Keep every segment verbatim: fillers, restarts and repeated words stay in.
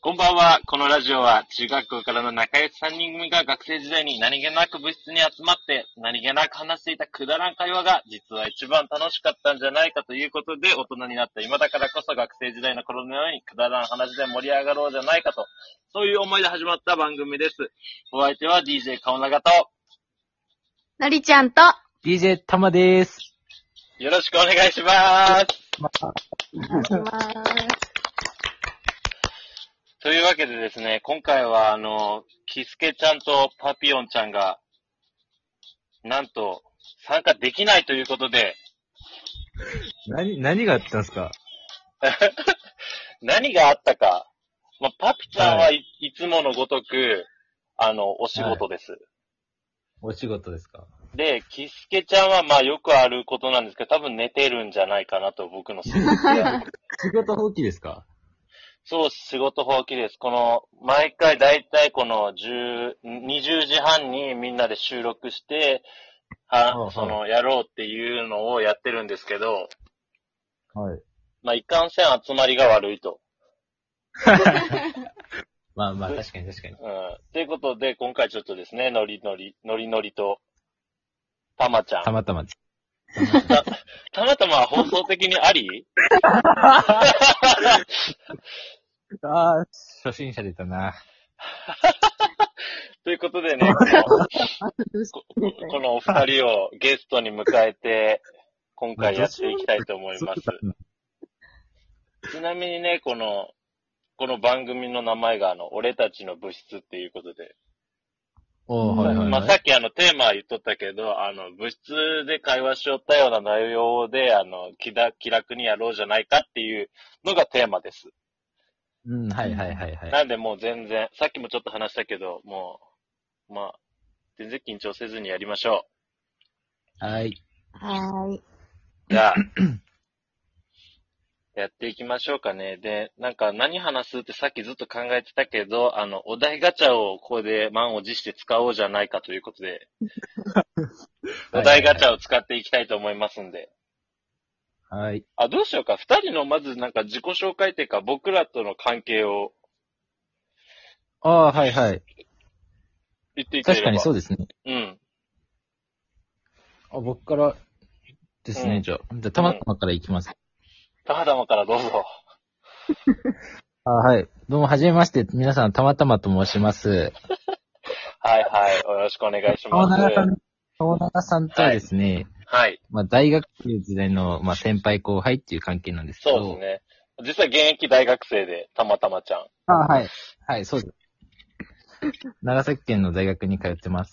こんばんは。このラジオは中学校からの仲良しさんにん組が学生時代に何気なく部室に集まって何気なく話していたくだらん会話が実は一番楽しかったんじゃないかということで、大人になった今だからこそ学生時代の頃のようにくだらん話で盛り上がろうじゃないかと、そういう思いで始まった番組です。お相手は ディージェー 顔長とのりちゃんとディージェー たまです。 よろしくお願いします。 お願いします。 というわけでですね、今回はあの、キスケちゃんとパピヨンちゃんが、なんと参加できないということで、 何、何があったんですか？ 何があったか。まあ、パピちゃんは、 はいい、いつものごとく、あの、お仕事です。 お仕事ですか？ で、キスケちゃんはまあよくあることなんですけど、多分寝てるんじゃないかなと僕の推測が。 仕事放棄ですか？ そう、仕事放棄です。この、毎回だいたいこのじゅう、にじゅうじはんにみんなで収録して、は、 はいその、やろうっていうのをやってるんですけど、 はい。 まあ、いかんせん集まりが悪いと。 まあまあ、確かに確かに。 うん。ということで、今回ちょっとですね、ノリノリ、ノリノリと、たまちゃん。 たまたまです。 た、たまたま放送的にありああ、初心者出たな。 ということでね、この、ここのお二人をゲストに迎えて、今回やっていきたいと思います。ちなみにね、この、この番組の名前が、あの、俺たちの部室っていうことで。 おー、はいはい、はい。 まあ、さっきあの、テーマは言っとったけど、あの、部室で会話しよったような内容で、あの、気だ気楽にやろうじゃないかっていうのがテーマです。 うん、はいはいはいはい。 なんでもう全然、さっきもちょっと話したけど、もう、まあ、全然緊張せずにやりましょはい。 はーい。 う。じゃあ、やっていきましょうかね。で、なんか何話すってさっきずっと考えてたけど、あの、お題ガチャをここで満を持して使おうじゃないかということで、お題ガチャを使っていきたいと思いますんで。 はい。 あ、どうしようか。二人のまずなんか自己紹介っていうか、僕らとの関係をああ、はいはい。 言っていければ。 確かにそうですね。 うん。 あ、僕からですね、 うんじゃあ。じゃあ、たまたまからいきます。 たまたまからどうぞ。 あはい。どうも、はじめまして。皆さん、たまたまと申します。 はいはい。よろしくお願いし川ます。 永さん、川永さんとはですね、 はい。 まあ、大学生時代の、まあ、先輩後輩っていう関係なんですけど。 そうですね。実は現役大学生で、たまたまちゃん。 あはい。はい、そうです。長崎県の大学に通ってます。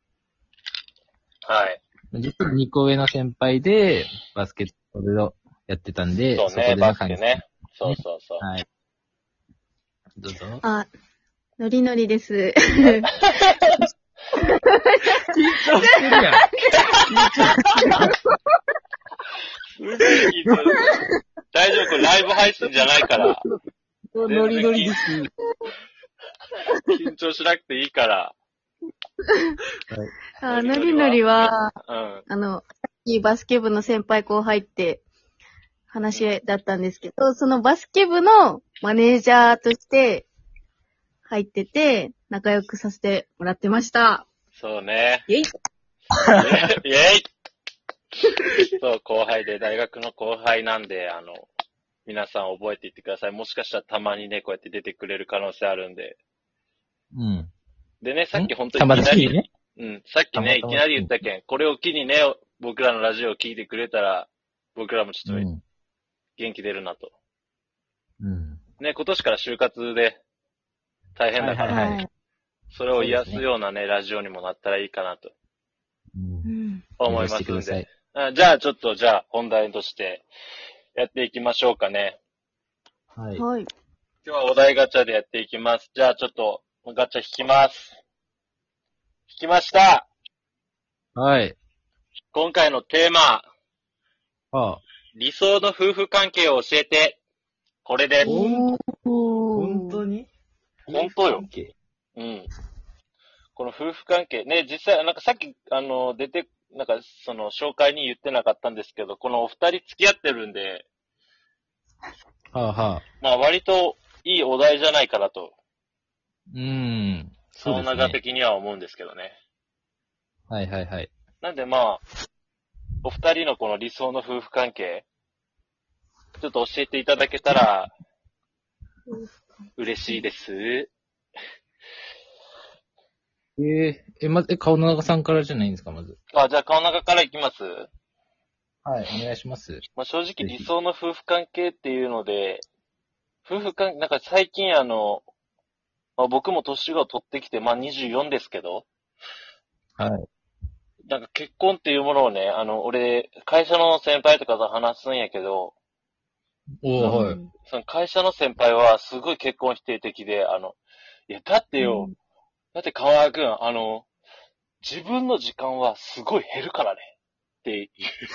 はい。 実はにこ上の先輩で、バスケットボールをやってたんで、 そうね、 こでのバスケね。そうそうそう。 はい。どうぞ。 あ、のりのりです。 緊張してるやん。 すごい緊張する。大丈夫、これライブ配信じゃないから。 ノリノリです。 緊張しなくていいから。 あ、のりのりは、 うん。 あの、さっきバスケ部の先輩後輩って話だったんですけど、そのバスケ部のマネージャーとして入ってて、仲良くさせてもらってました。 そうね。 イェイイェイそう、後輩で、大学の後輩なんで、あの、皆さん覚えていってください。もしかしたらたまにね、こうやって出てくれる可能性あるんで。 うん。 でね、さっき本当たまにいきなり、 にね。 うん、さっきね、いたまたまきなり言ったけん、これを機にね、僕らのラジオを聞いてくれたら、僕らもちょっとうん。 元気出るなと。 うん。 ね、今年から就活で大変だから、 はいはいはい。 それを癒すようなね、ラジオにもなったらいいかなとう。 うんん。 思いますんしてくださいで。あじゃあ、ちょっと、じゃあ、本題としてやっていきましょうかね。 はい。 はい。 今日はお題ガチャでやっていきます。じゃあ、ちょっと、ガチャ引きます。引きました。 はい。 今回のテーマ、 ああ。 理想の夫婦関係を教えて、これです。 おお本当に本当よ夫婦関係うん。この夫婦関係、ね、実際、なんかさっき、あの、出て、なんか、その、紹介に言ってなかったんですけど、このお二人付き合ってるんで、 はあはあ。 まあ、割と、 いいお題じゃないかなと、 うーん。そうです顔長ね。 的には思うんですけどね。 はいはいはい。 なんでまあ、お二人のこの理想の夫婦関係、ちょっと教えていただけたら、嬉しいです。 えー、え、まず、え、顔長さんからじゃないんですか、まず。 あ、じゃあ顔長からいきます。 はい、お願いします。 まあ、正直理想の夫婦関係っていうので、夫婦関係、なんか最近あの、まあ、僕も年が取ってきて、まあにじゅうよんですけど、 はい。 なんか結婚っていうものをね、あの、俺、会社の先輩とかと話すんやけど、 おー、はい。 その会社の先輩はすごい結婚否定的で、あの、いや、だってよ、 うんだって川谷くん、あの、自分の時間はすごい減るからね。って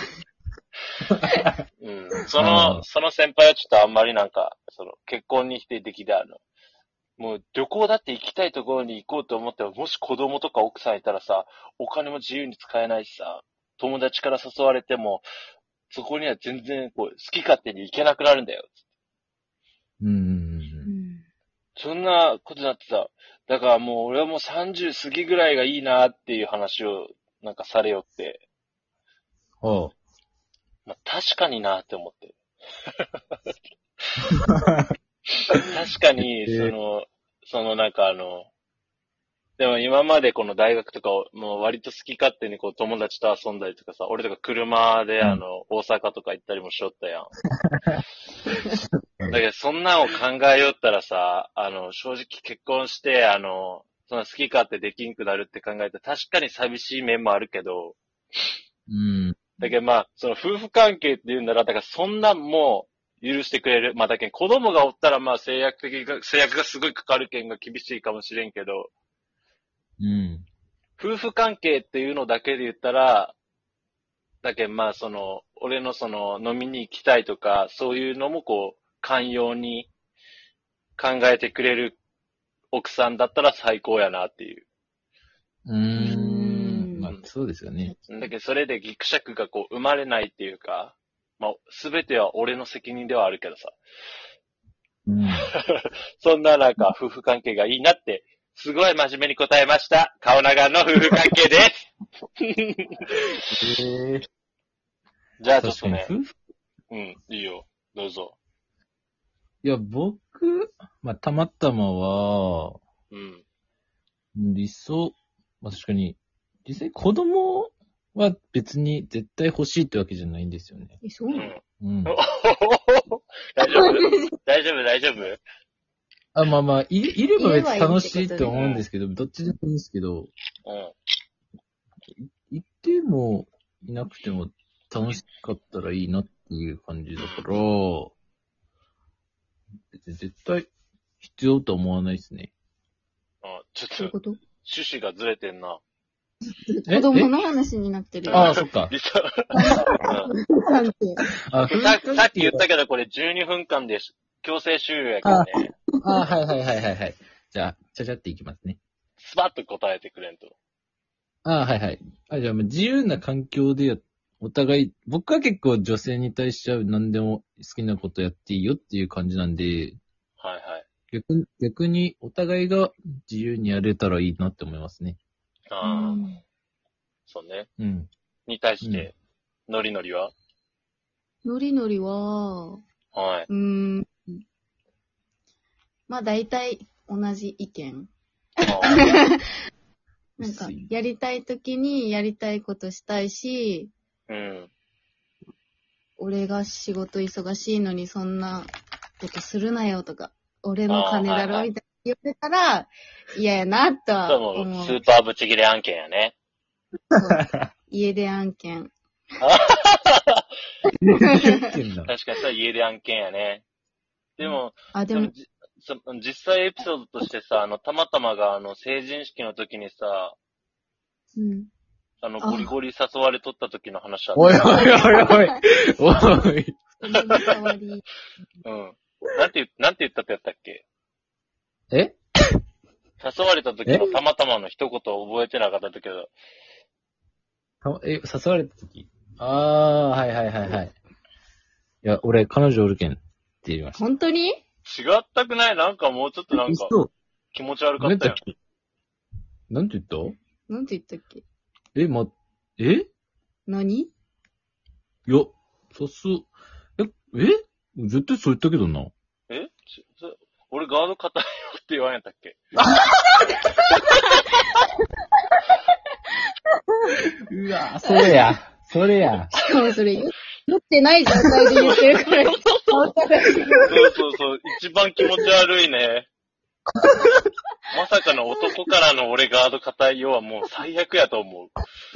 言う。うん。そあの、 ーその先輩はちょっとあんまりなんか、その、結婚に否定的である。もう旅行だって行きたいところに行こうと思っても、もし子供とか奥さんいたらさ、お金も自由に使えないしさ、友達から誘われても、そこには全然こう、好き勝手に行けなくなるんだよ。 うんうんうん。 うんそんなことになってさ、だからもう俺はもうさんじゅう過ぎぐらいがいいなっていう話をなんかされよって、 おう。 まあ、確かになって思って。確かに、 えーその、そのなんかあの、でも今までこの大学とかをもう割と好き勝手にこう友達と遊んだりとかさ、俺とか車であの、大阪とか行ったりもしよったやん。だけどそんなんを考えよったらさ、あの、正直結婚して、あの、その好き勝手できんくなるって考えたら確かに寂しい面もあるけど、 うん。 だけどまあ、その夫婦関係っていうんなら、だからそんなんも許してくれる。まあだけど子供がおったらまあ制約的が、制約がすごいかかる件が厳しいかもしれんけど、 うん。 夫婦関係っていうのだけで言ったら、だけどまあその、俺のその飲みに行きたいとか、そういうのもこう、寛容に考えてくれる奥さんだったら最高やなっていう。 うーん。まあ、そうですよね。 だけどそれでギクシャクがこう生まれないっていうか、まあ、すべては俺の責任ではあるけどさ。 うん。 そんななんか夫婦関係がいいなって、すごい真面目に答えました。顔長の夫婦関係です。 えー、 じゃあちょっとね、 確かに夫婦うん、いいよ。どうぞ。 いや、僕、まあ、たまたまは、 うん。 理想、まあ、確かに、実際子供は別に絶対欲しいってわけじゃないんですよね。 え、そうなのうん。 うん。 大丈夫大丈夫大丈夫あ、まあまあ、い、いれば別に楽しいと思うんですけど、どっちでもいいんですけど、 うん。 いてもいなくても楽しかったらいいなっていう感じだから、別に絶対必要とは思わないですね。 あ、ちょっと、 そういうこと趣旨がずれてんな。 え子供の話になってるよ。 ああ、そっか。 理想関係。 あ、 うんささっき言ったけど、これじゅうにふんかんで強制終了やからね。 ああ、はいはいはいはいはい。じゃあ、ちゃちゃっていきますね。 スパッと答えてくれんと。 ああ、はいはい。あ、じゃあ、自由な環境でや、お互い、僕は結構女性に対しては何でも好きなことやっていいよっていう感じなんで、 はいはい。 逆に、逆にお互いが自由にやれたらいいなって思いますね。 ああ、 うんそうね。 うん。 に対して、ノリノリはノリノリは、 はい。 うーん。まあ大体同じ意見。 あなんか、やりたい時にやりたいことしたいし、 ーうん。 俺が仕事忙しいのにそんなことするなよとか、俺の金だあーはいはいろみたいな言われたら嫌やなとはそうもう、 思う。 スーパーブチギレ案件やね。 そう家出案件。 確かにそれは家出案件やね。でも、 あ、でも、 でもじそ実際エピソードとしてさ、あの、たまたまがあの、成人式の時にさ、 うん。 あの、 あゴリゴリ誘われとった時の話あった。 おいおいおいおい。おい。 その代わり、 うん。なんて言、なんて言ったってやったっけえ誘われた時のたまたまの一言を覚えてなかったけど、 たえ、誘われた時ああ、はいはいはいはい。いや、俺、彼女おるけんって言いました。 本当に違ったくない？なんかもうちょっとなんか嘘。 気持ち悪かっよ何だったけ。なんて言ったなんて言ったっけ？ え、ま、え何？ いや、さす、え、え絶対そう言ったけどな。 えちそ俺ガード硬いよって言わんやったっけ？ うわそれや。それや。 しかもそれ、酔ってない状態で言ってるから、 そうそうそう、一番気持ち悪いね。まさかの男からの俺ガード硬いよはもう最悪やと思う。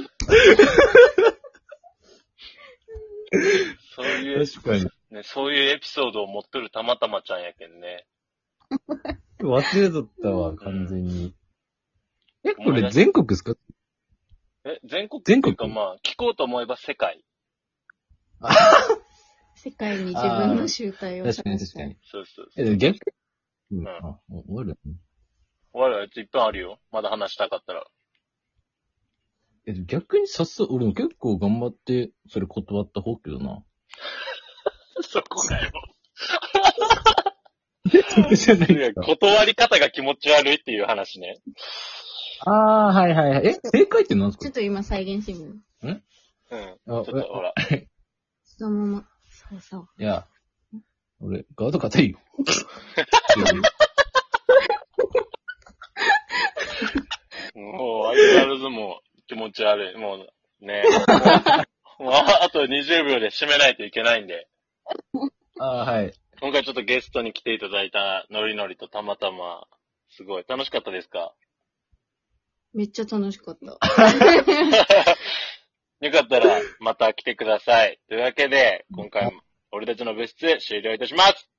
そういう、 確かに。 ね、そういうエピソードを持っとるたまたまちゃんやけんね。 忘れとったわ、完全に。え、これ全国ですか？ え、全国っていうか全国まあ、聞こうと思えば世界。 世界に自分の集大を確かに確かに。 そうそうそう。 え、でも逆うん。 うんあ、もう終わるね。 終わるやついっぱいあるよ。まだ話したかったら。 え、逆にさっさ、俺も結構頑張って、それ断った方けどな。 そこかよ。 そうじゃないいや、 か。 断り方が気持ち悪いっていう話ね。 ああ、はいはいはい。え、正解って何ですか？ ちょっと今再現してみる。 うん。ちあょっとほら。 そのまま。そうそう。 いや、俺、ガード硬いよ。 もう、相変わらずもう気持ち悪い。もう、ね。もう、もうあとにじゅうびょうで締めないといけないんで。 ああ、はい。 今回ちょっとゲストに来ていただいたノリノリとたまたま、すごい楽しかったですか？ めっちゃ楽しかった。 よかったらまた来てください。というわけで、今回も俺たちの部室終了いたします。